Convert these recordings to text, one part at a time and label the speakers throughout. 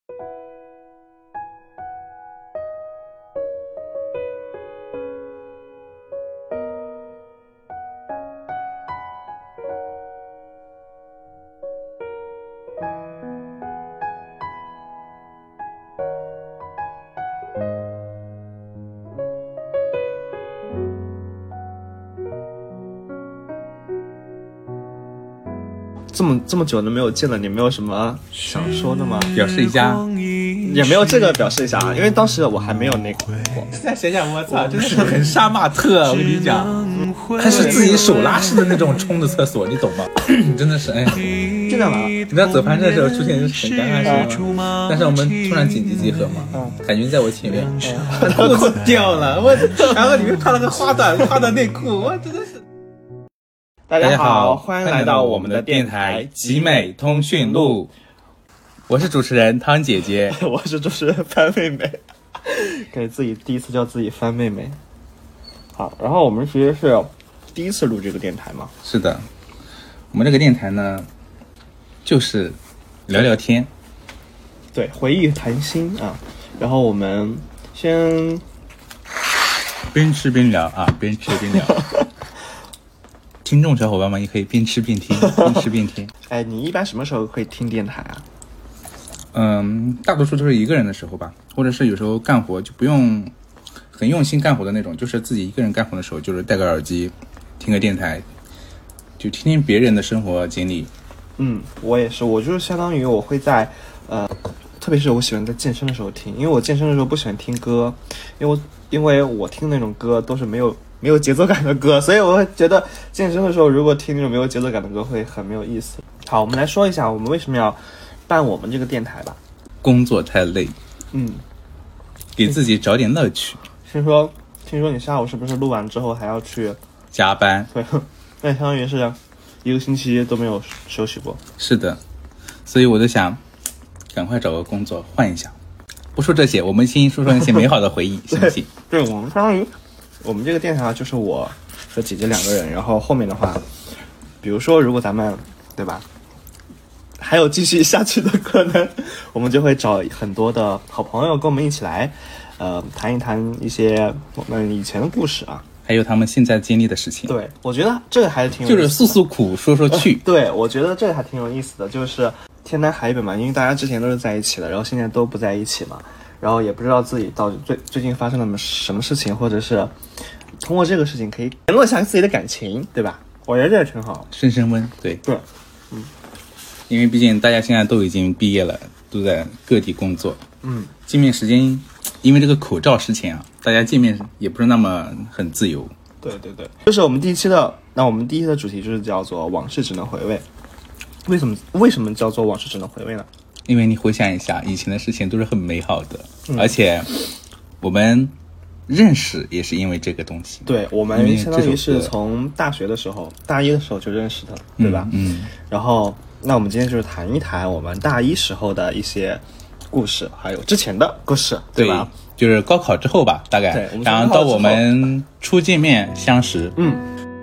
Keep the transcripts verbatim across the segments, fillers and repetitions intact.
Speaker 1: 这么这么久都没有见了，你没有什么想说的吗？
Speaker 2: 表示一下，
Speaker 1: 也没有这个表示一下啊，因为当时我还没有那个过。
Speaker 2: 现在想想，我操，真的是很杀马特，我跟你讲，他是自己手拉式的那种冲的厕所，你懂吗？真的是，哎，
Speaker 1: 这干嘛？
Speaker 2: 你知道走盘的时候出现一个很尴尬的事情吗？但是我们突然紧急集合嘛，嗯，海军在我前面，嗯、裤子掉了，我，然后里面穿了个花短花短内裤，我真的是。
Speaker 1: 大家好，欢迎来到我们的电台
Speaker 2: 集美通讯录。我是主持人汤姐姐，
Speaker 1: 我是主持人范妹妹，给自己第一次叫自己范妹妹。好，然后我们其实是第一次录这个电台嘛。
Speaker 2: 是的，我们这个电台呢，就是聊聊天，
Speaker 1: 对，回忆谈心啊。然后我们先
Speaker 2: 边吃边聊啊，边吃边聊。听众小伙伴们也可以边吃边听，边吃边听。
Speaker 1: 哎，你一般什么时候会听电台啊？
Speaker 2: 嗯，大多数都是一个人的时候吧，或者是有时候干活就不用很用心干活的那种，就是自己一个人干活的时候，就是戴个耳机，听个电台，就听听别人的生活经历。
Speaker 1: 嗯，我也是，我就是相当于我会在呃，特别是我喜欢在健身的时候听，因为我健身的时候不喜欢听歌，因为我因为我听那种歌都是没有。没有节奏感的歌，所以我会觉得健身的时候如果听那种没有节奏感的歌会很没有意思。好，我们来说一下我们为什么要办我们这个电台吧。
Speaker 2: 工作太累，
Speaker 1: 嗯，
Speaker 2: 给自己找点乐趣。
Speaker 1: 听说听说你下午是不是录完之后还要去
Speaker 2: 加班？
Speaker 1: 对，那相当于是一个星期都没有休息过。
Speaker 2: 是的，所以我就想赶快找个工作换一下。不说这些，我们先说说那些美好的回忆，行不行？
Speaker 1: 对，我们相当于我们这个电台就是我和姐姐两个人，然后后面的话，比如说如果咱们对吧，还有继续下去的可能，我们就会找很多的好朋友跟我们一起来，呃，谈一谈一些我们以前的故事啊，
Speaker 2: 还有他们现在经历的事情。
Speaker 1: 对，我觉得这个还是挺有意思的，
Speaker 2: 就是诉诉苦，说说趣。
Speaker 1: 呃、对，我觉得这个还挺有意思的，就是天南海北嘛，因为大家之前都是在一起的，然后现在都不在一起嘛。然后也不知道自己到底最最近发生了什么事情，或者是通过这个事情可以联络一下自己的感情，对吧？我觉得这也挺好，
Speaker 2: 升升温。对
Speaker 1: 对，嗯，
Speaker 2: 因为毕竟大家现在都已经毕业了，都在各地工作，
Speaker 1: 嗯，
Speaker 2: 见面时间，因为这个口罩事情啊，大家见面也不是那么很自由。
Speaker 1: 对对对，就是我们第一期的，那我们第一期的主题就是叫做往事只能回味。为什么为什么叫做往事只能回味呢？
Speaker 2: 因为你回想一下以前的事情都是很美好的、嗯、而且我们认识也是因为这个东西。
Speaker 1: 对，我们相当于是从大学的时候大一的时候就认识的，对吧？
Speaker 2: 嗯，
Speaker 1: 然后那我们今天就是谈一谈我们大一时候的一些故事，还有之前的故事，对吧？
Speaker 2: 对，就是高考之后吧，大概，然后到我们初见面相识。
Speaker 1: 嗯，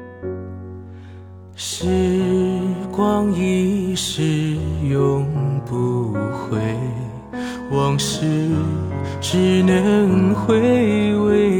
Speaker 3: 时光一逝永不回，往事只能回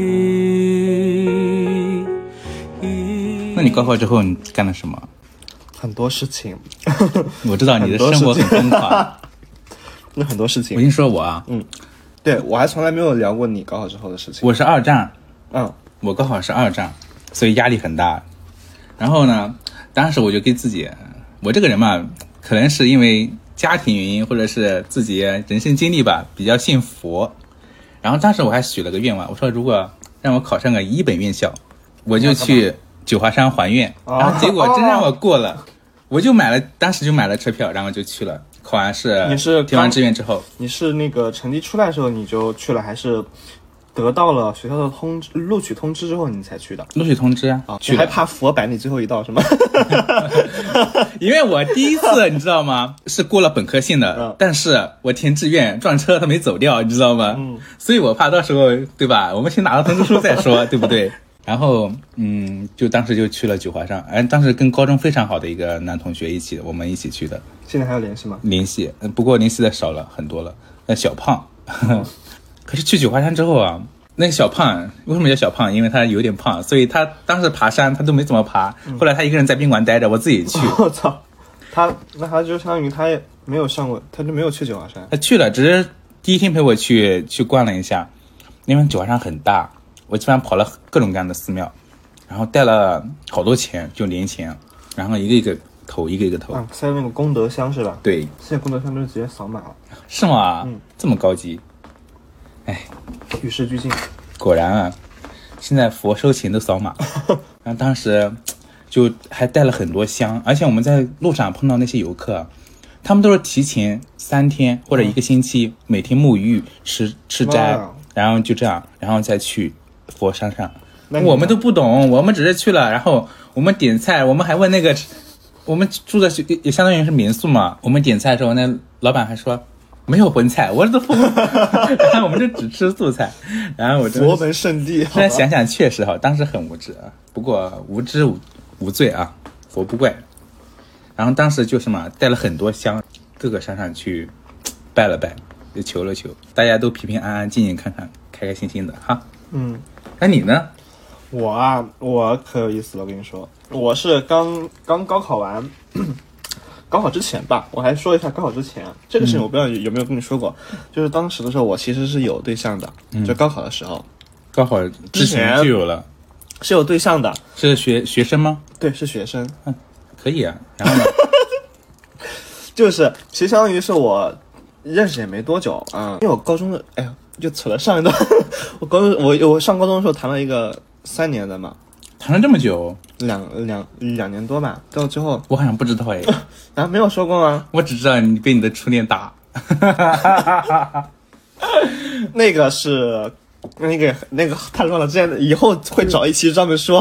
Speaker 3: 味。
Speaker 2: 那你高考之后你干了什么？
Speaker 1: 很多事情。
Speaker 2: 我知道你的生活很疯狂。
Speaker 1: 那很多事情。
Speaker 2: 我先说我啊，
Speaker 1: 嗯，对，我还从来没有聊过你高考之后的事情。
Speaker 2: 我是二战，
Speaker 1: 嗯，
Speaker 2: 我高考是二战，所以压力很大。然后呢，当时我就给自己，我这个人嘛，可能是因为家庭原因，或者是自己人生经历吧，比较信佛。然后当时我还许了个愿望，我说如果让我考上个一本院校，我就去九华山还愿。
Speaker 1: 哦、
Speaker 2: 然后结果真让我过了，哦、我就买了，当时就买了车票，然后就去了。考完试，
Speaker 1: 你是
Speaker 2: 填完志愿之后，
Speaker 1: 你是那个成绩出来的时候你就去了，还是得到了学校的通知录取通知之后你才去的？
Speaker 2: 录取通知啊，
Speaker 1: 哦、你还怕佛摆你最后一道是吗？
Speaker 2: 因为我第一次你知道吗，是过了本科性的、嗯、但是我填志愿撞车他没走掉，你知道吗？
Speaker 1: 嗯，
Speaker 2: 所以我怕到时候对吧，我们先拿到通知书再说对不对？然后嗯，就当时就去了九华山，哎，当时跟高中非常好的一个男同学一起，我们一起去的。
Speaker 1: 现在还有联系吗？
Speaker 2: 联系，不过联系的少了很多了。 那小胖。可是去九华山之后啊，那个小胖为什么叫小胖？因为他有点胖，所以他当时爬山他都没怎么爬。后来他一个人在宾馆待着，我自己去。
Speaker 1: 我操，他那他就相当于他也没有上过，他就没有去九华山。
Speaker 2: 他去了，只是第一天陪我去去逛了一下，因为九华山很大，我基本上跑了各种各样的寺庙，然后带了好多钱，就零钱，然后一个一个投，一个一个投。
Speaker 1: 啊，塞那个功德箱是吧？
Speaker 2: 对，
Speaker 1: 现在功德箱都是直接扫码了。
Speaker 2: 是吗？
Speaker 1: 嗯，
Speaker 2: 这么高级。哎，
Speaker 1: 与时俱进。
Speaker 2: 果然啊，现在佛收钱都扫码。然后当时就还带了很多香，而且我们在路上碰到那些游客，他们都是提前三天或者一个星期，嗯、每天沐浴、吃吃斋，然后就这样，然后再去佛山上。我们都不懂，我们只是去了，然后我们点菜，我们还问那个，我们住的也相当于是民宿嘛，我们点菜的时候，那老板还说。没有荤菜，我都不，然后我们就只吃素菜，然后我
Speaker 1: 佛门圣地。
Speaker 2: 现在想想确实哈，当时很无知啊，不过无知无无罪啊，佛不怪。然后当时就什么带了很多香，各个山上去拜了拜，就求了求，大家都平平安安、静静看看、开开心心的哈。
Speaker 1: 嗯，
Speaker 2: 那你呢？
Speaker 1: 我啊，我可有意思了，我跟你说，我是刚刚高考完。高考之前吧，我还说一下高考之前这个事情，我不知道有没有跟你说过，嗯、就是当时的时候，我其实是有对象的，嗯、就高考的时候，
Speaker 2: 高考之前就有了，
Speaker 1: 是有对象的，
Speaker 2: 是学学生吗？
Speaker 1: 对，是学生，
Speaker 2: 嗯，可以啊。然后呢？
Speaker 1: 就是其实相当于是我认识也没多久啊、嗯，因为我高中的，哎呀，就扯了上一段，我高中我我上高中的时候谈了一个三年的嘛。
Speaker 2: 谈了这么久，
Speaker 1: 两两两年多吧，到最后
Speaker 2: 我好像不知道哎，
Speaker 1: 啊没有说过吗？
Speaker 2: 我只知道你被你的初恋打，
Speaker 1: 那个是那个那个太乱了，之前以后会找一期专门说。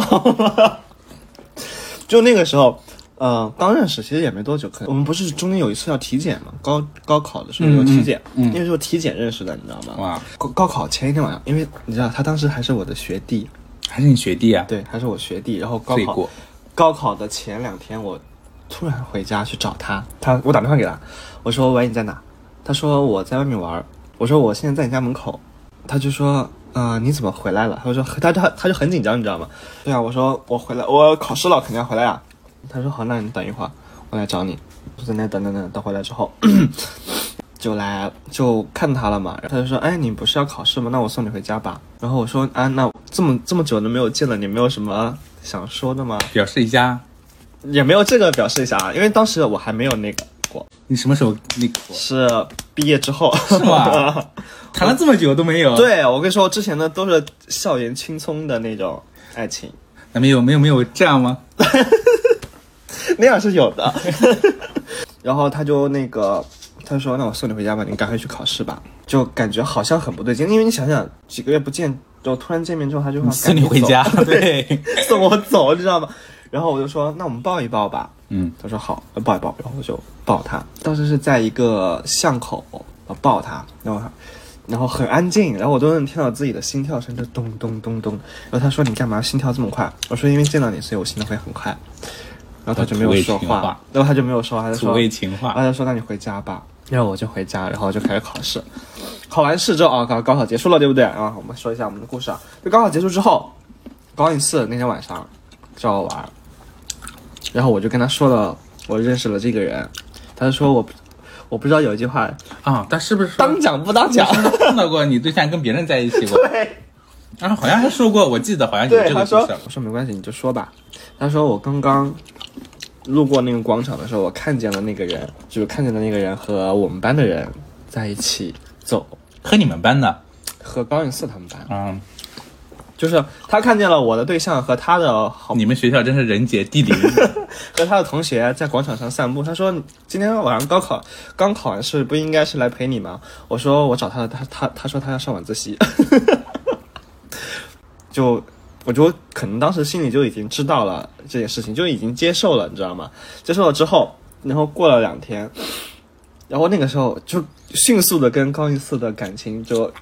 Speaker 1: 就那个时候，呃，刚认识，其实也没多久，可能我们不是中间有一次要体检嘛，高高考的时候有体检，嗯嗯、因为就是体检认识的，你知道吗？
Speaker 2: 哇，
Speaker 1: 高高考前一天晚上，因为你知道他当时还是我的学弟。
Speaker 2: 还是你学弟啊？
Speaker 1: 对，还是我学弟。然后高考，高考的前两天，我突然回家去找他，他我打电话给他，我说喂你在哪？他说我在外面玩。我说我现在在你家门口。他就说呃你怎么回来了？他说他他他就很紧张，你知道吗？对啊，我说我回来，我考试了，肯定要回来啊。他说好，那你等一会儿，我来找你。我在那等等等，等回来之后。就来就看他了嘛，他就说：“哎，你不是要考试吗？那我送你回家吧。”然后我说：“啊，那这么这么久都没有见了，你没有什么想说的吗？”
Speaker 2: 表示一下，
Speaker 1: 也没有这个表示一下啊，因为当时我还没有那个过。
Speaker 2: 你什么时候那个过？
Speaker 1: 是毕业之后，
Speaker 2: 是吗？谈了这么久都没有？
Speaker 1: 对，我跟你说，之前的都是校园青葱的那种爱情。
Speaker 2: 那没有没有没有这样吗？
Speaker 1: 那样是有的。然后他就那个。他说：“那我送你回家吧，你赶快去考试吧。”就感觉好像很不对劲，因为你想想，几个月不见，就突然见面之后，他就说
Speaker 2: 送你回家，对，
Speaker 1: 送我走，你知道吗？然后我就说：“那我们抱一抱吧。”
Speaker 2: 嗯，
Speaker 1: 他说：“好，抱一抱。”然后我就抱他。当时是在一个巷口，我抱他，然后然后很安静，然后我都能听到自己的心跳声，就咚咚咚咚。然后他说：“你干嘛心跳这么快？”我说：“因为见到你，所以我心跳会很快。”然后他就没有说话，然后他就没有说话，他就说：“
Speaker 2: 土味情话。”
Speaker 1: 他就说：“那你回家吧。”然后我就回家，然后就开始考试。考完试之后啊，高高考结束了，对不对啊？我们说一下我们的故事啊。就高考结束之后，高一四那天晚上找我玩，然后我就跟他说了，我认识了这个人。他就说我我不知道有一句话
Speaker 2: 啊，他是不是
Speaker 1: 当讲不当讲？
Speaker 2: 碰到过你对象跟别人在一起过？
Speaker 1: 对。
Speaker 2: 然后好像还说过，我记得好像有这个故事。
Speaker 1: 对，他说我说没关系，你就说吧。他说我刚刚。路过那个广场的时候，我看见了那个人，就是看见了那个人和我们班的人在一起走。
Speaker 2: 和你们班的？
Speaker 1: 和高一四他们班。
Speaker 2: 嗯，
Speaker 1: 就是他看见了我的对象和他的好，
Speaker 2: 你们学校真是人杰地灵。
Speaker 1: 和他的同学在广场上散步。他说：“今天晚上高考刚考完试，不应该是来陪你吗？”我说：“我找他的，他他他说他要上晚自习。”就。我就可能当时心里就已经知道了这件事情，就已经接受了，你知道吗？接受了之后，然后过了两天，然后那个时候就迅速的跟高一四的感情就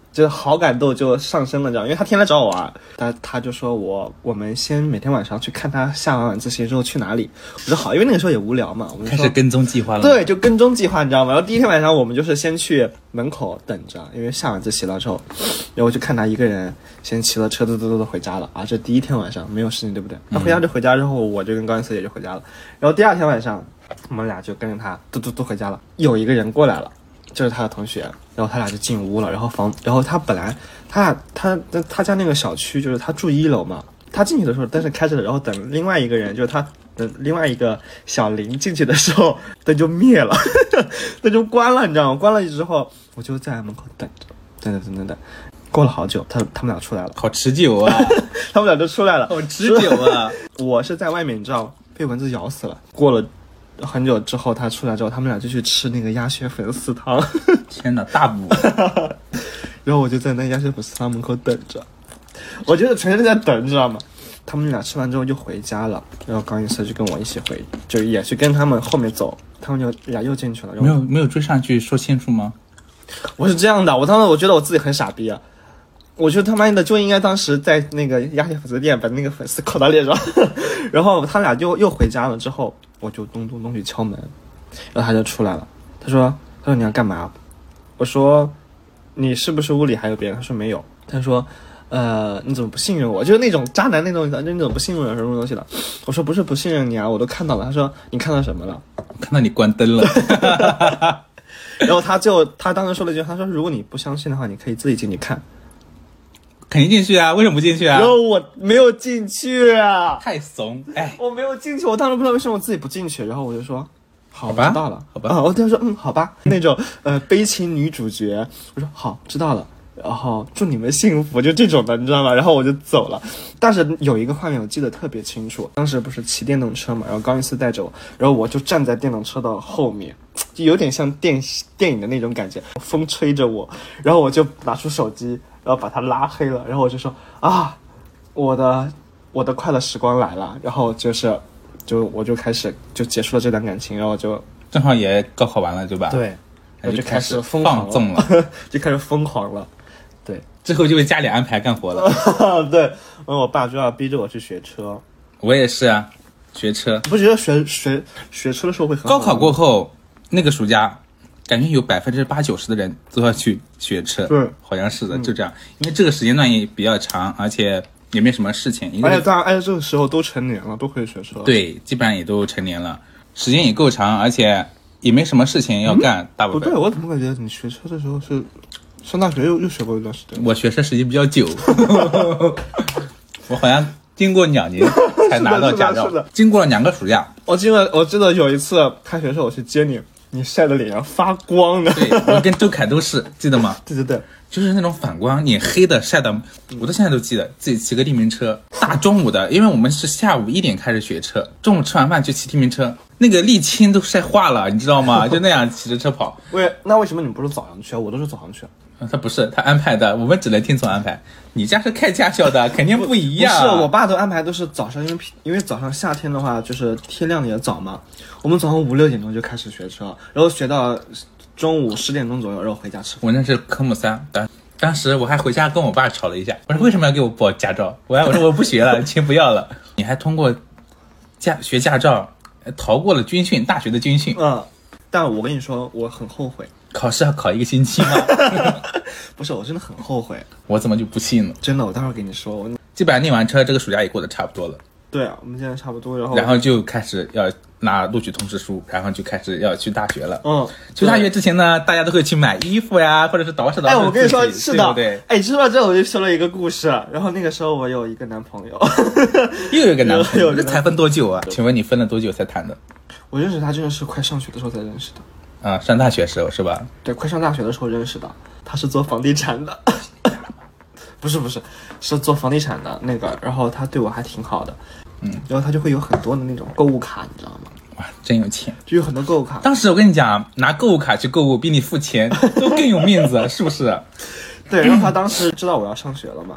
Speaker 1: 就是好感度就上升了，这样，因为他天天找我玩，他他就说我我们先每天晚上去看他下完晚自习之后去哪里。我说好，因为那个时候也无聊嘛，我们
Speaker 2: 开始跟踪计划了。
Speaker 1: 对，就跟踪计划，你知道吗？然后第一天晚上我们就是先去门口等着，因为下晚自习了之后，然后就看他一个人先骑了车嘟嘟嘟的回家了啊。这第一天晚上没有事情，对不对？他回家就回家之后，我就跟高音思也就回家了。然后第二天晚上，我们俩就跟着他嘟嘟嘟回家了。有一个人过来了。就是他的同学，然后他俩就进屋了，然后房，然后他本来他俩他他家那个小区就是他住一楼嘛，他进去的时候灯是开着的，然后等另外一个人就是他等另外一个小林进去的时候灯就灭了，灯就关了，你知道吗？关了之后我就在门口等着，等等等等等，过了好久，他他们俩出来了，
Speaker 2: 好持久啊，
Speaker 1: 他们俩就出来了，
Speaker 2: 好持久啊，
Speaker 1: 我是在外面，你知道被蚊子咬死了，过了。很久之后他出来之后，他们俩就去吃那个鸭血粉丝汤。
Speaker 2: 天哪，大补！
Speaker 1: 然后我就在那鸭血粉丝汤门口等着，我觉得全是在等，你知道吗？他们俩吃完之后就回家了，然后高音色就跟我一起回，就也去跟他们后面走，他们就俩又进去了。然后
Speaker 2: 没有没有追上去说清楚吗？
Speaker 1: 我是这样的，我当时我觉得我自己很傻逼啊。我觉得他妈的就应该当时在那个鸭血粉丝店把那个粉丝扣到脸上，然后他俩就又回家了之后，我就咚咚咚去敲门，然后他就出来了。他说：“他说你要干嘛？”我说：“你是不是屋里还有别人？”他说：“没有。”他说：“呃，你怎么不信任我？就是那种渣男那种，就你怎么不信任我什么东西的？”我说：“不是不信任你啊，我都看到了。”他说：“你看到什么了？”
Speaker 2: 我看到你关灯了。
Speaker 1: 然后他就他当时说了一句：“他说如果你不相信的话，你可以自己进去看。”
Speaker 2: 肯定进去啊，为什么不进去啊？
Speaker 1: 然后我没有进去啊，
Speaker 2: 太怂，哎，
Speaker 1: 我没有进去，我当时不知道为什么我自己不进去，然后我就说，好，
Speaker 2: 好吧
Speaker 1: 知道了，
Speaker 2: 好吧，
Speaker 1: 啊，我当时说，嗯，好吧，那种呃悲情女主角，我说好，知道了，然后祝你们幸福，就这种的，你知道吗？然后我就走了，但是有一个画面我记得特别清楚，当时不是骑电动车嘛，然后高音思带着我，然后我就站在电动车的后面，就有点像电电影的那种感觉，风吹着我，然后我就拿出手机。然后把他拉黑了，然后我就说啊，我的我的快乐时光来了，然后就是就我就开始就结束了这段感情，然后就
Speaker 2: 正好也高考完了，对吧？
Speaker 1: 对，
Speaker 2: 我
Speaker 1: 就开始疯
Speaker 2: 放纵了，
Speaker 1: 就开始疯狂了，对，
Speaker 2: 之后就为家里安排干活了。
Speaker 1: 对，然后我爸就要逼着我去学车，
Speaker 2: 我也是啊，学车。
Speaker 1: 你不觉得学学学车的时候会很好
Speaker 2: 高考过后那个暑假？感觉有百分之八九十的人都要去学车，
Speaker 1: 对，
Speaker 2: 好像是的，就这样。因为这个时间段也比较长，而且也没什么事情。
Speaker 1: 而且大家，而且这个时候都成年了，都可以学车。
Speaker 2: 对，基本上也都成年了，时间也够长，而且也没什么事情要干。嗯、大部分
Speaker 1: 不对，我怎么感觉你学车的时候是上大学又又学过一段时间？
Speaker 2: 我学车时间比较久，我好像经过两年才拿到驾照，
Speaker 1: 是的，是的
Speaker 2: 经过了两个暑假。
Speaker 1: 我记得，我记得有一次开学的时候我去接你。你晒的脸上发光的，
Speaker 2: 对，我跟周凯都是，记得吗？
Speaker 1: 对对对，
Speaker 2: 就是那种反光，脸黑的晒的，我到现在都记得。自己骑个电瓶车，大中午的，因为我们是下午一点开始学车，中午吃完饭去骑电瓶车，那个沥青都晒化了，你知道吗？就那样骑着车跑。
Speaker 1: 为那为什么你不是早上去啊？我都是早上去。
Speaker 2: 他不是他安排的，我们只能听从安排。你家是开驾校的，肯定不一样。
Speaker 1: 不是，我爸都安排都是早上，因为因为早上夏天的话，就是天亮的也早嘛。我们早上五六点钟就开始学车，然后学到中午十点钟左右，然后回家吃饭。
Speaker 2: 我那是科目三，当当时我还回家跟我爸吵了一架，我说为什么要给我报驾照？我还我说我不学了，钱不要了。你还通过驾学驾照逃过了军训，大学的军训。
Speaker 1: 嗯，但我跟你说，我很后悔。
Speaker 2: 考试要考一个星期吗？
Speaker 1: 不是，我真的很后悔。
Speaker 2: 我怎么就不信了？
Speaker 1: 真的，我待会儿跟你说。我
Speaker 2: 基本上练完车，这个暑假也过得差不多了。
Speaker 1: 对啊，我们现在差不多，然后
Speaker 2: 然后就开始要拿录取通知书，然后就开始要去大学了。
Speaker 1: 嗯，
Speaker 2: 去大学之前呢，大家都会去买衣服呀，或者是捯饬捯饬。
Speaker 1: 哎，我跟你说，是的，
Speaker 2: 对。
Speaker 1: 哎，说到这我就说了一个故事。然后那个时候我有一个男朋友，
Speaker 2: 又有一个男朋友，
Speaker 1: 这
Speaker 2: 才分多久啊？请问你分了多久才谈的？
Speaker 1: 我认识他真的是快上学的时候才认识的。
Speaker 2: 啊，上大学时候是吧？
Speaker 1: 对，快上大学的时候认识的。他是做房地产的，不是不是，是做房地产的那个。然后他对我还挺好的，嗯，然后他就会有很多的那种购物卡，你知道吗？
Speaker 2: 哇，真有钱，
Speaker 1: 就有很多购物卡。
Speaker 2: 当时我跟你讲，拿购物卡去购物比你付钱都更有面子，是不是？
Speaker 1: 对，然后他当时知道我要上学了嘛，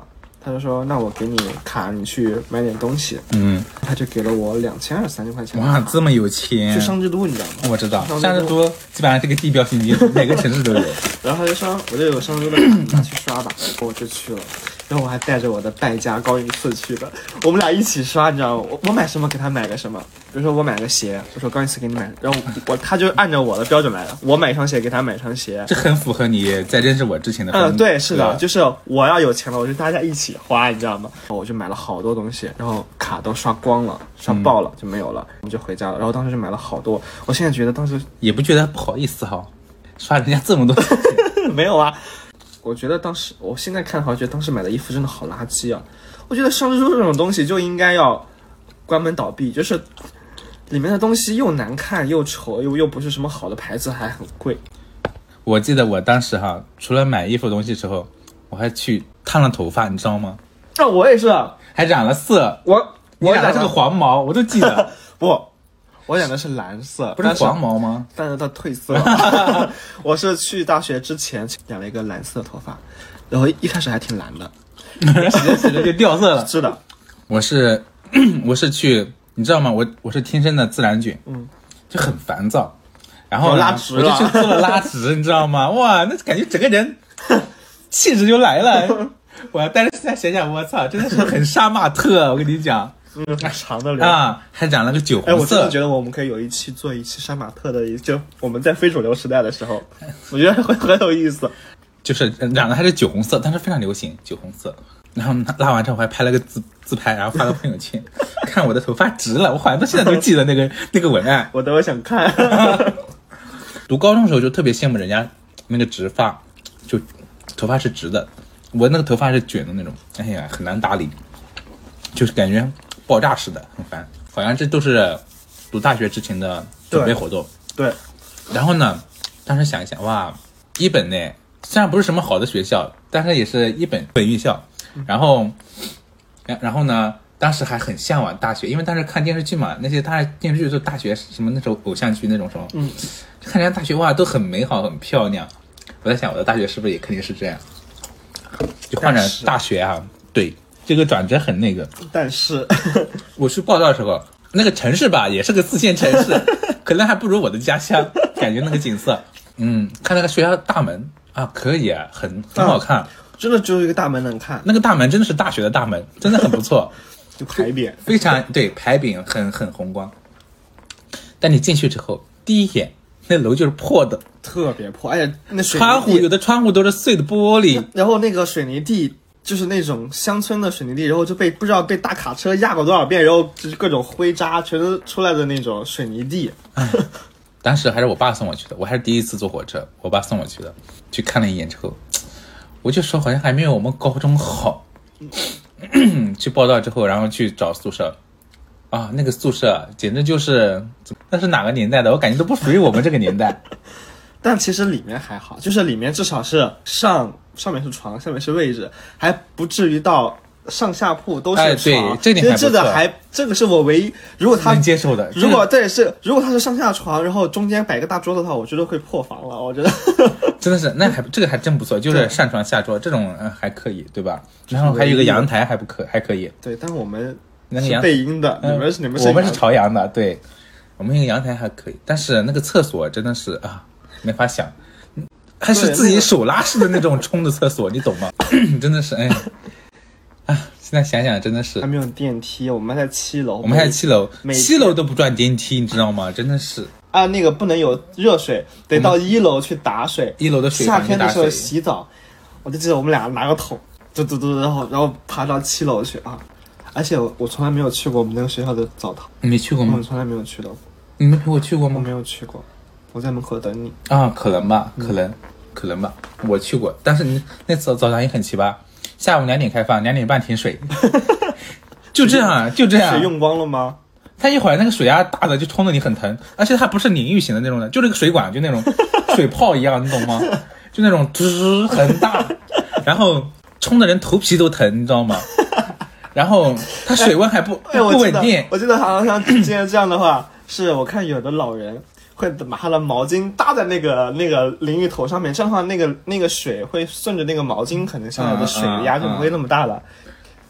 Speaker 1: 他就说那我给你卡，你去买点东西。
Speaker 2: 嗯，
Speaker 1: 他就给了我两千还是三千块钱。
Speaker 2: 哇，这么有钱！
Speaker 1: 去上之都你知道吗？
Speaker 2: 我知道，
Speaker 1: 上
Speaker 2: 上之都基本上是个地标性地，每个城市都有。
Speaker 1: 然后他就说我就有上之都的卡，你拿去刷吧。我就去了。然后我还带着我的败家高一次去的，我们俩一起刷，你知道吗？我我买什么给他买个什么，比如说我买个鞋，我说高一次给你买，然后我他就按照我的标准来的，我买一双鞋给他买一双鞋，
Speaker 2: 这很符合你在认识我之前的风格。
Speaker 1: 嗯，对，是的，就是我要有钱了，我就大家一起花，你知道吗？我就买了好多东西，然后卡都刷光了，刷爆了、嗯、就没有了，我们就回家了。然后当时就买了好多，我现在觉得当时
Speaker 2: 也不觉得不好意思哈，刷人家这么多
Speaker 1: 没有啊。我觉得当时，我现在看的话，觉得当时买的衣服真的好垃圾啊！我觉得上之都这种东西就应该要关门倒闭，就是里面的东西又难看又丑，又又不是什么好的牌子，还很贵。
Speaker 2: 我记得我当时哈，除了买衣服东西之后，我还去烫了头发，你知道吗？
Speaker 1: 啊，我也是，
Speaker 2: 还染了色。
Speaker 1: 我
Speaker 2: 我染的是个黄毛，我都记得。
Speaker 1: 不。我染的是蓝色，
Speaker 2: 不是黄毛吗？
Speaker 1: 但是它褪色了。我是去大学之前染了一个蓝色头发，然后一开始还挺蓝的，
Speaker 2: 洗着洗着就掉色了。
Speaker 1: 是的，
Speaker 2: 我是我是去，你知道吗？我我是天生的自然卷，
Speaker 1: 嗯，
Speaker 2: 就很烦躁，然后
Speaker 1: 拉直
Speaker 2: 我就去做了拉直，你知道吗？哇，那感觉整个人气质就来了。我但是现在想想，我操，真的是很杀马特，我跟你讲。
Speaker 1: 嗯，很长的流
Speaker 2: 啊，还染了个酒红色。
Speaker 1: 哎，我真的觉得我们可以有一期做一期杀马特的，就我们在非主流时代的时候，我觉得会很有意思。
Speaker 2: 就是染的还是酒红色，但是非常流行酒红色。然后拉完之后我还拍了个自自拍，然后发到朋友圈，看我的头发直了，我好像到现在都记得那个那个文案，
Speaker 1: 我都想看。
Speaker 2: 读高中的时候就特别羡慕人家那个直发，就头发是直的，我那个头发是卷的那种，哎呀，很难打理，就是感觉爆炸式的，很烦。好像这都是读大学之前的准备活动。
Speaker 1: 对。对
Speaker 2: 然后呢，当时想一想，哇，一本呢，虽然不是什么好的学校，但是也是一本本院校。然后，然后呢，当时还很向往大学，因为当时看电视剧嘛，那些大电视剧都大学什么那种偶像剧那种什么，
Speaker 1: 嗯，
Speaker 2: 看人家大学哇都很美好很漂亮。我在想我的大学是不是也肯定是这样？就换成大学啊，对。这个转折很那个，
Speaker 1: 但是
Speaker 2: 我去报道的时候，那个城市吧也是个四线城市，可能还不如我的家乡，感觉那个景色，嗯，看那个学校大门啊，可以啊，很很好看、啊，
Speaker 1: 真的只有一个大门能看，
Speaker 2: 那个大门真的是大学的大门，真的很不错，
Speaker 1: 就牌匾，
Speaker 2: 非常对，牌匾很很宏观，但你进去之后，第一眼那楼就是破的，
Speaker 1: 特别破，而且那水
Speaker 2: 窗户有的窗户都是碎的玻璃，
Speaker 1: 然后那个水泥地。就是那种乡村的水泥地，然后就被不知道被大卡车压过多少遍，然后就是各种灰渣全都出来的那种水泥地。
Speaker 2: 当时还是我爸送我去的，我还是第一次坐火车，我爸送我去的。去看了一眼之后，我就说好像还没有我们高中好。去报到之后，然后去找宿舍，啊，那个宿舍简直就是那是哪个年代的？我感觉都不属于我们这个年代。
Speaker 1: 但其实里面还好，就是里面至少是上上面是床，下面是位置，还不至于到上下铺都是床。哎，
Speaker 2: 对，这点还不错。
Speaker 1: 这个还这个是我唯一，如果他
Speaker 2: 能接受的。
Speaker 1: 如果对是，如果他是上下床，然后中间摆个大桌子的话，我觉得会破防了。我觉得
Speaker 2: 真的是，那还这个还真不错，就是上床下桌这种、呃、还可以，对吧？然后还有一个阳台还不可还可以。
Speaker 1: 对，但我们
Speaker 2: 那个阳
Speaker 1: 背阴的，你们是你们是
Speaker 2: 我们是朝阳的，对，我们那个阳台还可以，但是那个厕所真的是啊，没法想。还是自己手拉式的那种冲的厕所，你懂吗？真的是，哎，啊，现在想想真的是
Speaker 1: 还没有电梯，我们还在七楼，
Speaker 2: 我们还在七楼，七楼都不转电梯，你知道吗？真的是
Speaker 1: 啊，那个不能有热水，得到一楼去打水，
Speaker 2: 一楼的水
Speaker 1: 夏天的时候洗澡，我就记得我们俩拿个桶，嘟嘟嘟，然后然后爬到七楼去啊！而且我我从来没有去过我们那个学校的澡堂，
Speaker 2: 你没去过吗？
Speaker 1: 我从来没有去到过，
Speaker 2: 你没陪我去过吗？
Speaker 1: 我没有去过。我在门口等你
Speaker 2: 啊，可能吧，可能，嗯、可能吧。我去过，但是你那次澡堂也很奇葩，下午两点开放，两点半停水，就这样，就这样。
Speaker 1: 水用光了吗？
Speaker 2: 它一会儿那个水压大的就冲得你很疼，而且它不是淋浴型的那种的，就这个水管就那种水泡一样，你懂吗？就那种吱很大，然后冲的人头皮都疼，你知道吗？然后它水温还不、哎、不稳定。
Speaker 1: 我记得好像像之前这样的话，是我看有的老人。会把他的毛巾搭在那个那个淋浴头上面，这样的话，那个那个水会顺着那个毛巾可能下来的水压就不会那么大了。
Speaker 2: 嗯嗯嗯、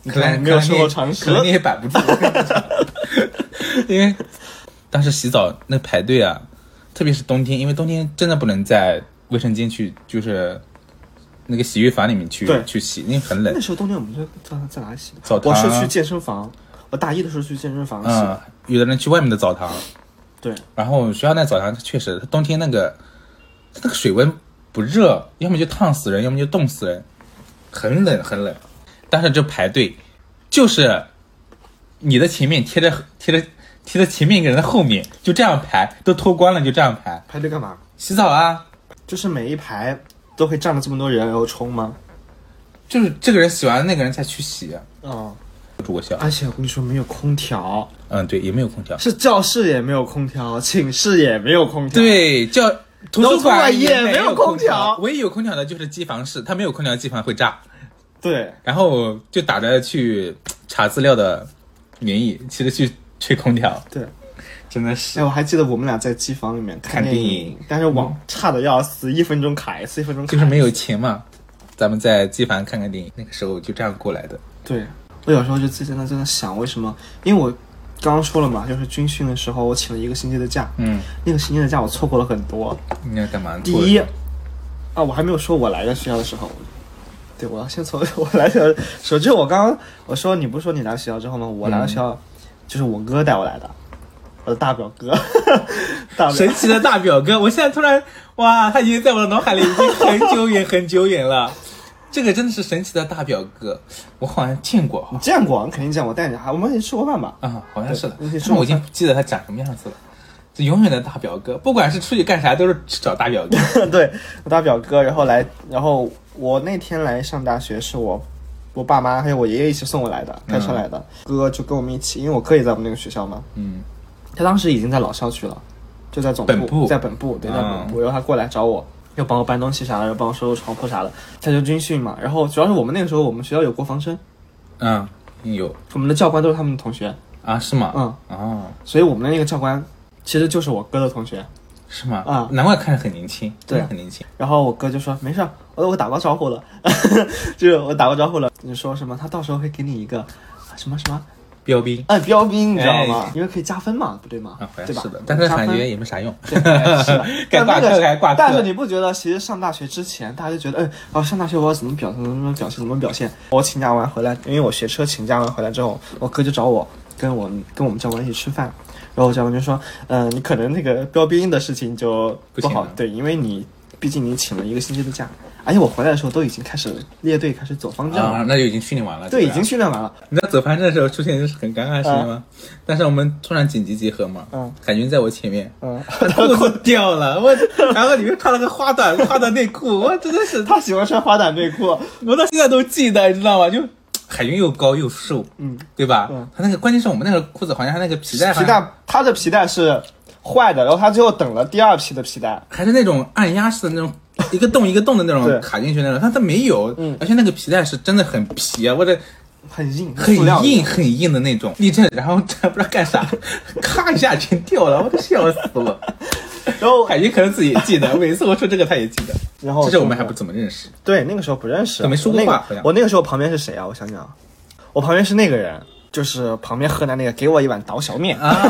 Speaker 2: 可能
Speaker 1: 没有生活常识，
Speaker 2: 可能你也摆不住。因为当时洗澡那排队啊，特别是冬天，因为冬天真的不能在卫生间去，就是那个洗浴房里面去去洗，因为很冷。
Speaker 1: 那时候冬天我们就在在哪里洗？
Speaker 2: 澡堂。
Speaker 1: 我是去健身房，我大一的时候去健身房洗。
Speaker 2: 嗯，有的人去外面的澡堂。
Speaker 1: 对。
Speaker 2: 然后学校那澡堂确实，冬天那个那个水温不热，要么就烫死人，要么就冻死人，很冷很冷。但是就排队，就是你的前面贴着贴着贴着前面一个人的后面，就这样排，都脱光了就这样排。
Speaker 1: 排队干嘛？
Speaker 2: 洗澡啊。
Speaker 1: 就是每一排都会站了这么多人然后冲吗？
Speaker 2: 就是这个人洗完那个人再去洗。
Speaker 1: 哦，
Speaker 2: 住过校。
Speaker 1: 而且我跟你说没有空调。
Speaker 2: 嗯，对，也没有空调。
Speaker 1: 是教室也没有空调，寝室也没有空调。
Speaker 2: 对，教图书馆
Speaker 1: 也没有
Speaker 2: 空
Speaker 1: 调。
Speaker 2: 唯一有空调的就是机房室，它没有空调，机房会炸。
Speaker 1: 对，
Speaker 2: 然后就打着去查资料的名义，其实去吹空调。
Speaker 1: 对，
Speaker 2: 真的是。
Speaker 1: 哎，我还记得我们俩在机房里面看电影，影但是网差的要死，嗯、一分钟卡一次，一分钟卡一次。
Speaker 2: 就是没有钱嘛，咱们在机房看看电影，那个时候就这样过来的。
Speaker 1: 对，我有时候就自己真的真的想，为什么？因为我刚刚说了嘛，就是军训的时候我请了一个星期的假，
Speaker 2: 嗯，
Speaker 1: 那个星期的假我错过了很多。
Speaker 2: 你要干嘛？
Speaker 1: 第一，啊，我还没有说我来的学校的时候。对，我要先从我来学校的时候，就我刚刚我说你不是说你来学校之后吗？我来了学校，嗯、就是我哥带我来的，我的大表哥，大表
Speaker 2: 神奇的大表哥。我现在突然哇，他已经在我的脑海里已经很久远很久远了。这个真的是神奇的大表哥，我好像见过。
Speaker 1: 你见过？你肯定见过，带你还我们一起吃过饭吧？
Speaker 2: 啊、嗯，好像是的。但我已经不记得他长什么样子了。这永远的大表哥，不管是出去干啥，都是找大表哥。
Speaker 1: 对，我大表哥，然后来，然后我那天来上大学，是我我爸妈还有我爷爷一起送我来的，开车来的。嗯、哥就跟我们一起，因为我哥也在我们那个学校嘛。
Speaker 2: 嗯。
Speaker 1: 他当时已经在老校区了，就在总部，
Speaker 2: 本部
Speaker 1: 在本部，对，在本部。嗯、然后他过来找我，又帮我搬东西啥的，又帮我收拾床铺啥的。他就军训嘛，然后主要是我们那个时候，我们学校有国防生。
Speaker 2: 嗯，有。
Speaker 1: 我们的教官都是他们的同学。
Speaker 2: 啊？是吗？
Speaker 1: 嗯。
Speaker 2: 哦。
Speaker 1: 所以我们的那个教官。其实就是我哥的同学，
Speaker 2: 是吗？
Speaker 1: 啊、
Speaker 2: 嗯，难怪看着很年轻，
Speaker 1: 对，
Speaker 2: 很年轻。
Speaker 1: 然后我哥就说没事，我我打过招呼了，就是我打过招呼了。你说什么？他到时候会给你一个什么什么
Speaker 2: 标兵，
Speaker 1: 哎，标兵，你知道吗？哎、因为可以加分嘛，不对吗？
Speaker 2: 啊，
Speaker 1: 对吧？
Speaker 2: 是的，但是感觉也没啥用。
Speaker 1: 对，是的。
Speaker 2: 该挂科还挂科。
Speaker 1: 但是你不觉得，其实上大学之前，大家就觉得，哎，哦，上大学我要怎么表现，怎么表现，怎么表现？我请假完回来，因为我学车，请假完回来之后，我哥就找我，跟我跟我们教官一起吃饭。然后教官就说，嗯、呃，你可能那个标兵的事情就不好，对，因为你毕竟你请了一个星期的假，而且我回来的时候都已经开始列队开始走方阵了、
Speaker 2: 啊，那就已经训练完了。
Speaker 1: 对，已经训练完了。
Speaker 2: 你知道走方阵的时候出现的是很尴尬的事情吗？嗯、但是我们突然紧急集合嘛，嗯，海军在我前面，嗯，他裤子掉了，我，然后里面穿了个花短花短内裤，我真的是
Speaker 1: 他喜欢穿花短内裤，
Speaker 2: 我到现在都记得，你知道吗？就。海军又高又瘦，嗯，对吧？嗯，他那个关键是我们那个裤子好像他那个皮带，
Speaker 1: 皮带他的皮带是坏的，然后他最后等了第二批的皮带，
Speaker 2: 还是那种按压式的那种一个洞一个洞的那种卡进去那种，但他没有，嗯，而且那个皮带是真的很皮啊，或者
Speaker 1: 很硬，
Speaker 2: 很硬很硬的那种，立正，然后这不知道干啥，咔一下全掉了，我都笑死了。然后海军可能自己也记得，每次我说这个他也记得。然后其实我们还不怎么认识，
Speaker 1: 对，那个时候不认识，
Speaker 2: 都没说过话。
Speaker 1: 那个、我那个时候旁边是谁啊？我想想，我旁边是那个人，就是旁边河南那个，给我一碗倒小面啊。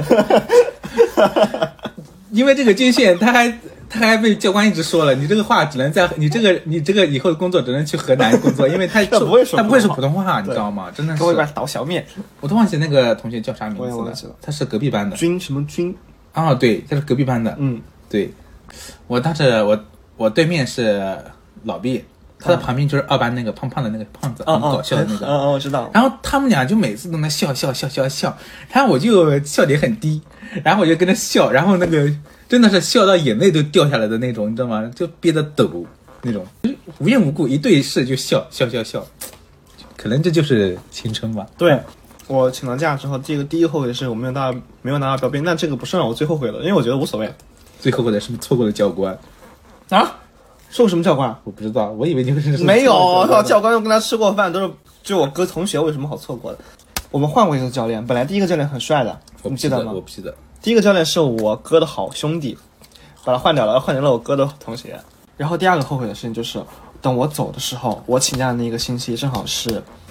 Speaker 2: 因为这个军训，他还他还被教官一直说了，你这个话只能在你这个你这个以后的工作只能去河南工作，因为他
Speaker 1: 他不会说
Speaker 2: 他不会说普通话，你知道吗？真的是
Speaker 1: 给我一碗倒小面，
Speaker 2: 我都忘记那个同学叫啥名字了，
Speaker 1: 了
Speaker 2: 他是隔壁班的，
Speaker 1: 军什么军？
Speaker 2: 哦，对，他是隔壁班的，
Speaker 1: 嗯，
Speaker 2: 对，我当时我我对面是老毕，他的旁边就是二班那个胖胖的那个胖子，
Speaker 1: 嗯、
Speaker 2: 很搞笑的那个，
Speaker 1: 嗯嗯，我知道。
Speaker 2: 然后他们俩就每次都在笑笑笑笑笑，然后我就笑点很低，然后我就跟着笑，然后那个真的是笑到眼泪都掉下来的那种，你知道吗？就憋得抖那种，无缘无故一对视就笑笑笑笑，可能这就是青春吧。
Speaker 1: 对。我请了假之后，这个第一后悔的是我没有拿到没有拿到标兵，但这个不是让我最后悔的，因为我觉得无所谓。
Speaker 2: 最后悔的是错过了教官
Speaker 1: 啊？说什么教官？
Speaker 2: 我不知道，我以为你会是
Speaker 1: 没有，教官又跟他吃过饭，都是就我哥同学，为什么好错过的？我们换过一个教练，本来第一个教练很帅的，你记得吗？
Speaker 2: 我不记得。
Speaker 1: 第一个教练是我哥的好兄弟，把他换掉了，换成了我哥的同学。然后第二个后悔的事情就是，等我走的时候，我请假的那个星期正好是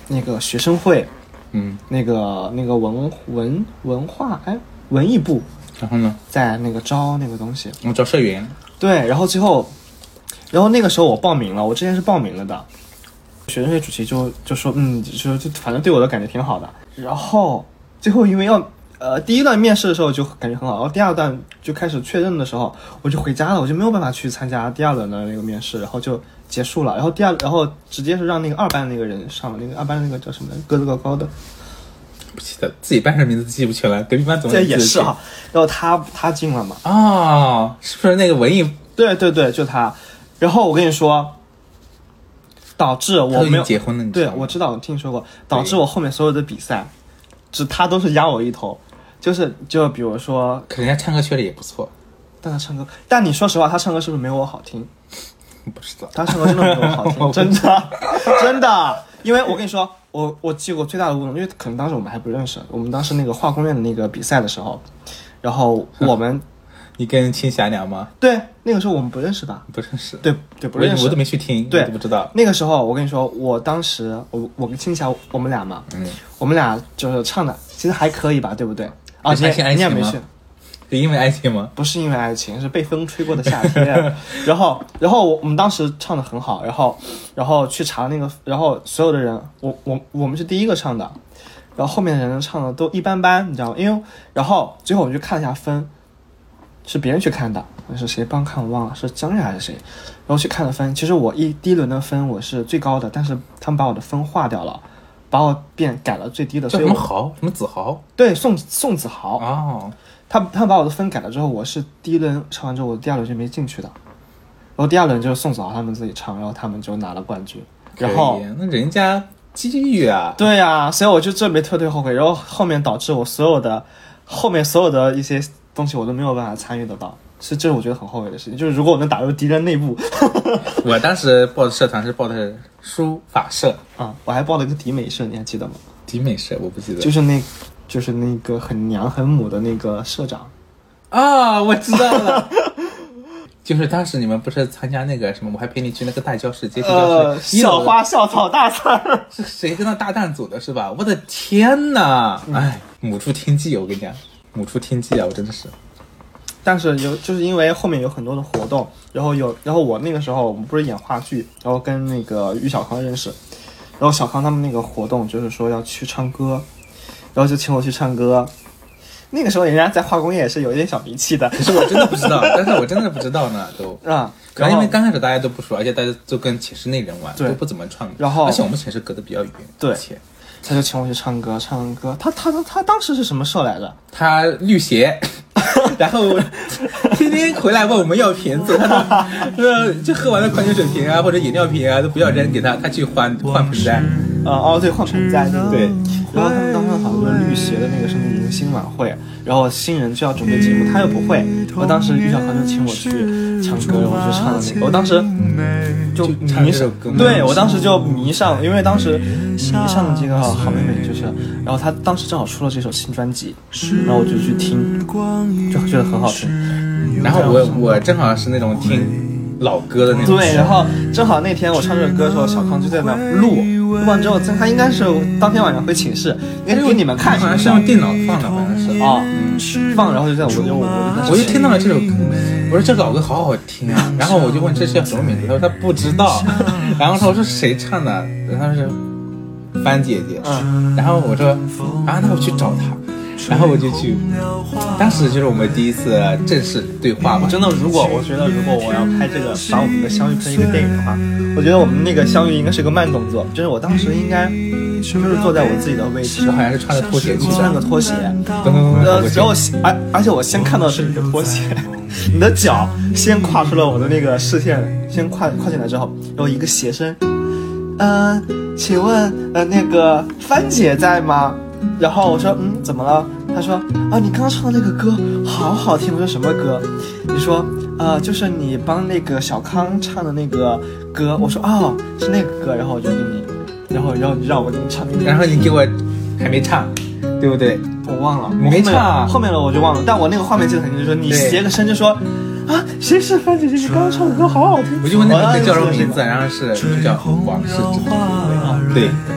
Speaker 1: 那个学生会，
Speaker 2: 嗯，
Speaker 1: 那个那个文文文化哎文艺部，
Speaker 2: 然后呢，
Speaker 1: 在那个招那个东西，
Speaker 2: 我找社员。
Speaker 1: 对，然后最后，然后那个时候我报名了，我之前是报名了的，学生会主席就就说，嗯，就就反正对我的感觉挺好的。然后最后因为要呃第一段面试的时候就感觉很好，然后第二段就开始确认的时候，我就回家了，我就没有办法去参加第二轮的那个面试，然后就结束了。然后第二，然后直接是让那个二班那个人上了，那个二班那个叫什么来，个子高高的。
Speaker 2: 不记得自己班上名字记不全了，隔壁班怎么
Speaker 1: 这也是哈、啊，然后他他进了嘛？
Speaker 2: 哦，是不是那个文艺？
Speaker 1: 对对对，就他。然后我跟你说，导致我没有
Speaker 2: 结婚了，你知道吗？
Speaker 1: 对，我知道，我听说过，导致我后面所有的比赛，只他都是压我一头。就是就比如说，
Speaker 2: 可人家唱歌确实也不错，
Speaker 1: 但他唱歌，但你说实话，他唱歌是不是没有我好听？
Speaker 2: 不知道，
Speaker 1: 他唱歌真的没有我好听，真的真的。因为我跟你说，我我记过最大的乌龙，因为可能当时我们还不认识，我们当时那个化工院的那个比赛的时候，然后我们，
Speaker 2: 你跟青霞娘吗？
Speaker 1: 对，那个时候我们不认识吧？
Speaker 2: 不认识，
Speaker 1: 对对，不认识，
Speaker 2: 我都没去听，
Speaker 1: 对，
Speaker 2: 我都不知道。
Speaker 1: 那个时候我跟你说，我当时我我跟青霞我们俩嘛，
Speaker 2: 嗯，
Speaker 1: 我们俩就是唱的其实还可以吧，对不对？啊，
Speaker 2: 你你也
Speaker 1: 没去。
Speaker 2: 是因为爱情吗？
Speaker 1: 不是因为爱情，是被风吹过的夏天。然后，然后我我们当时唱的很好，然后，然后去查那个，然后所有的人，我我我们是第一个唱的，然后后面的人唱的都一般般，你知道吗？因为，然后最后我们就看了一下分，是别人去看的，是谁帮看我忘了，是张悦还是谁？然后去看了分，其实我一第一轮的分我是最高的，但是他们把我的分划掉了，把我变改了最低的。
Speaker 2: 叫什么豪？什么子豪？
Speaker 1: 对，宋宋子豪。
Speaker 2: 哦。
Speaker 1: 他他们把我的分改了之后，我是第一轮唱完之后，我第二轮就没进去的。然后第二轮就是宋子豪他们自己唱，然后他们就拿了冠军。然后
Speaker 2: 那人家机遇啊，
Speaker 1: 对呀、啊，所以我就这没特别后悔。然后后面导致我所有的后面所有的一些东西我都没有办法参与得到，是这是我觉得很后悔的事情。就是如果我能打入敌人内部，
Speaker 2: 我当时报的社团是报的是书法社
Speaker 1: 啊，我还报了一个迪美社，你还记得吗？
Speaker 2: 迪美社我不记得，
Speaker 1: 就是那。就是那个很娘很母的那个社长
Speaker 2: 啊、哦，我知道了。就是当时你们不是参加那个什么，我还陪你去那个大教室阶梯教室、
Speaker 1: 呃、小花校草大赛，
Speaker 2: 是谁跟那大蛋组的是吧？我的天哪！哎、嗯，母猪听记，我跟你讲，母猪听记啊，我真的是。
Speaker 1: 但是有就是因为后面有很多的活动，然后有然后我那个时候我们不是演话剧，然后跟那个于小康认识，然后小康他们那个活动就是说要去唱歌。然后就请我去唱歌，那个时候人家在化工业也是有一点小名气的，
Speaker 2: 可是我真的不知道，但是我真的不知道呢，都
Speaker 1: 啊，
Speaker 2: 可能因为刚开始大家都不熟，而且大家都跟寝室内人玩，
Speaker 1: 都
Speaker 2: 不怎么唱，
Speaker 1: 然后
Speaker 2: 而且我们寝室隔得比较远，
Speaker 1: 对，他就请我去唱歌，唱歌，他他他他当时是什么社来着？
Speaker 2: 他绿鞋，然后天天回来问我们要瓶子，他说就喝完了矿泉水瓶啊或者饮料瓶啊都不要扔给他，他去换换盆栽，
Speaker 1: 啊哦对，换盆栽，
Speaker 2: 对。
Speaker 1: 然后他们当时好像是绿鞋的那个什么迎新晚会，然后新人就要准备节目，他又不会。我当时于小康就请我去唱歌，我就唱了那个，我当时就迷上，对我当时就迷上，因为当时迷上这个好妹妹就是，然后他当时正好出了这首新专辑，然后我就去听，就觉得很好听。
Speaker 2: 然后我我正好是那种听老歌的那种，
Speaker 1: 对，然后正好那天我唱这个歌的时候，小康就在那录。录完之后，他应该是当天晚上回寝室，应该是给你们看，
Speaker 2: 好像是用电脑放的，好像是
Speaker 1: 啊、哦嗯，放，然后就在我就我
Speaker 2: 我就听到了这首歌，我说这老歌好好听啊，然后我就问这是叫什么名字，他说他不知道，然后他说谁唱的，他说是帆姐姐，嗯，然后我说啊，那我去找他。然后我就去，当时就是我们第一次正式对话嘛。
Speaker 1: 真的，如果我觉得如果我要拍这个，把我们的相遇拍一个电影的话，我觉得我们那个相遇应该是个慢动作，就是我当时应该就是坐在我自己的位置，
Speaker 2: 我好像是穿着拖鞋去，
Speaker 1: 穿个拖鞋，
Speaker 2: 呃，
Speaker 1: 然后而而且我先看到是你的拖鞋，你的脚先跨出了我的那个视线，先跨跨进来之后，然后一个斜身，嗯、呃，请问呃那个帆姐在吗？然后我说嗯怎么了？他说啊你刚刚唱的那个歌好好听。我说什么歌？你说呃就是你帮那个小康唱的那个歌。我说哦是那个歌，然后我就给你，然后然后你让我给你唱那个，
Speaker 2: 然后你给我还没唱，对不对？
Speaker 1: 我忘了，
Speaker 2: 你没唱，
Speaker 1: 后面了我就忘了。但我那个画面记得很清楚，就是你斜个身就说啊谁是帆姐姐？你刚刚唱的歌好好听。
Speaker 2: 我就问那个歌叫什么名字，然后是就叫往事之歌。对。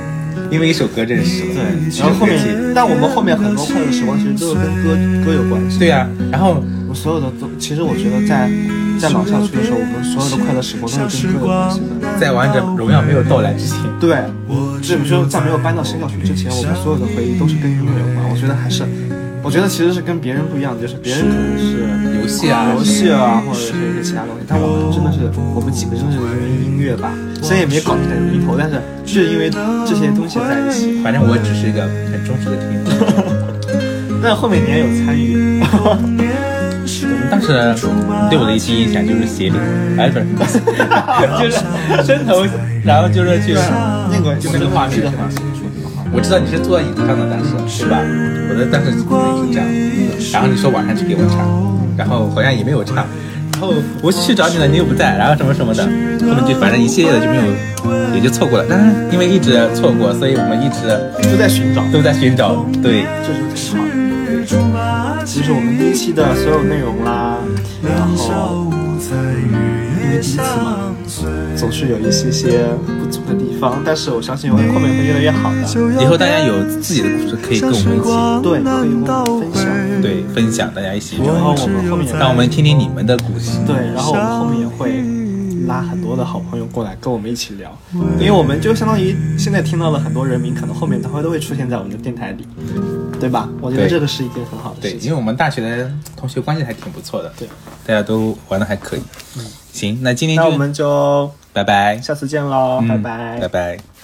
Speaker 2: 因为一首歌认识了。
Speaker 1: 对，然后后面，但我们后面很多快乐时光其实都是跟歌歌有关系。
Speaker 2: 对呀、啊，然后
Speaker 1: 我所有的都，其实我觉得在在老校区的时候，我们所有的快乐时光都是跟歌有关系的。
Speaker 2: 在王者荣耀没有到来之前，
Speaker 1: 对，就比如说在没有搬到新校区之前，我们所有的回忆都是跟音乐有关。我觉得还是。我觉得其实是跟别人不一样，就是别人可能是
Speaker 2: 游戏啊、
Speaker 1: 游戏啊，或者是一些其他东西，但我们真的是我们几个真的是因为音乐吧，虽然也没搞出来名头，但是就是因为这些东西在一起。
Speaker 2: 反正我只是一个很忠实的听众，
Speaker 1: 但后面你也有参与。
Speaker 2: 当时对我的一第一印象就是鞋领，哎不是，就是伸头，然后就是去
Speaker 1: 那个
Speaker 2: 就那个画面是吧？我知道你是坐在椅子上的，当时是吧？我的当时是这样，然后你说晚上去给我唱，然后好像也没有唱，然后我去找你了，你又不在，然后什么什么的，后面就反正一系列的就没有，也就错过了。但是因为一直错过，所以我们一直
Speaker 1: 都在寻找，
Speaker 2: 都在寻找，对，
Speaker 1: 就是挺好的。其实我们第一期的所有内容啦，然后因为第一次嘛，总是有一些些不足的地方，但是我相信我们后面会越来越好的。
Speaker 2: 以后大家有自己的故事可以跟我们一起，
Speaker 1: 对，可以跟我们分享，
Speaker 2: 对，分享，大家一起。
Speaker 1: 然后我们后面
Speaker 2: 让我们听听你们的故事。
Speaker 1: 对，然后我们后面也会拉很多的好朋友过来跟我们一起聊，因为我们就相当于现在听到了很多人名，可能后面他会都会出现在我们的电台里，对吧？我觉得这个是一件很好的事情。
Speaker 2: 对，因为我们大学的同学关系还挺不错的，
Speaker 1: 对，
Speaker 2: 大家都玩的还可以。嗯，行，那今天就
Speaker 1: 那我们就
Speaker 2: 拜拜，
Speaker 1: 下次见喽，
Speaker 2: 嗯、
Speaker 1: 拜拜，
Speaker 2: 拜拜。